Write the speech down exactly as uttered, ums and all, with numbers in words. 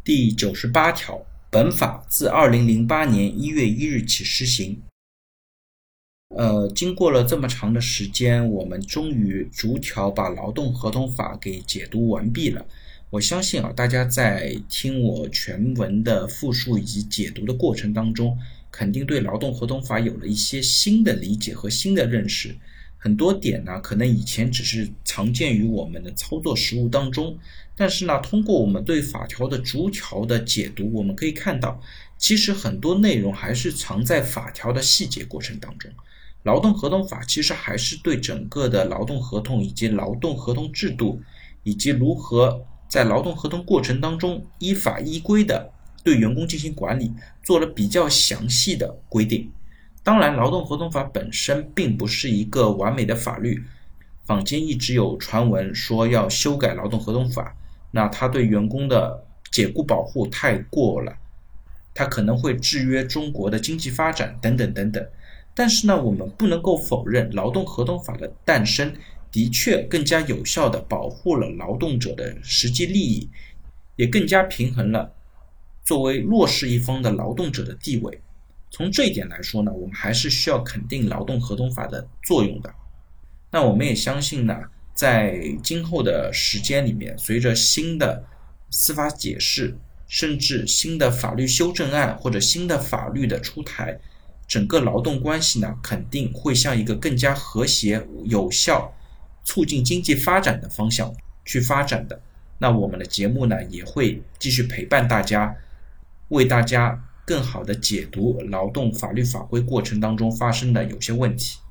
第九十八条，本法自二零零八年一月一日起施行。呃，经过了这么长的时间，我们终于逐条把劳动合同法给解读完毕了。我相信啊，大家在听我全文的复述以及解读的过程当中，肯定对劳动合同法有了一些新的理解和新的认识。很多点呢，可能以前只是常见于我们的操作实务当中，但是呢，通过我们对法条的逐条的解读，我们可以看到，其实很多内容还是藏在法条的细节过程当中。劳动合同法其实还是对整个的劳动合同以及劳动合同制度，以及如何在劳动合同过程当中依法依规的对员工进行管理，做了比较详细的规定。当然，劳动合同法本身并不是一个完美的法律，坊间一直有传闻说要修改劳动合同法，那它对员工的解雇保护太过了，它可能会制约中国的经济发展等等等等。但是呢，我们不能够否认劳动合同法的诞生的确更加有效地保护了劳动者的实际利益，也更加平衡了作为弱势一方的劳动者的地位。从这一点来说呢，我们还是需要肯定劳动合同法的作用的。那我们也相信呢，在今后的时间里面，随着新的司法解释，甚至新的法律修正案或者新的法律的出台，整个劳动关系呢，肯定会向一个更加和谐、有效、促进经济发展的方向去发展的。那我们的节目呢，也会继续陪伴大家，为大家更好的解读劳动法律法规过程当中发生的有些问题。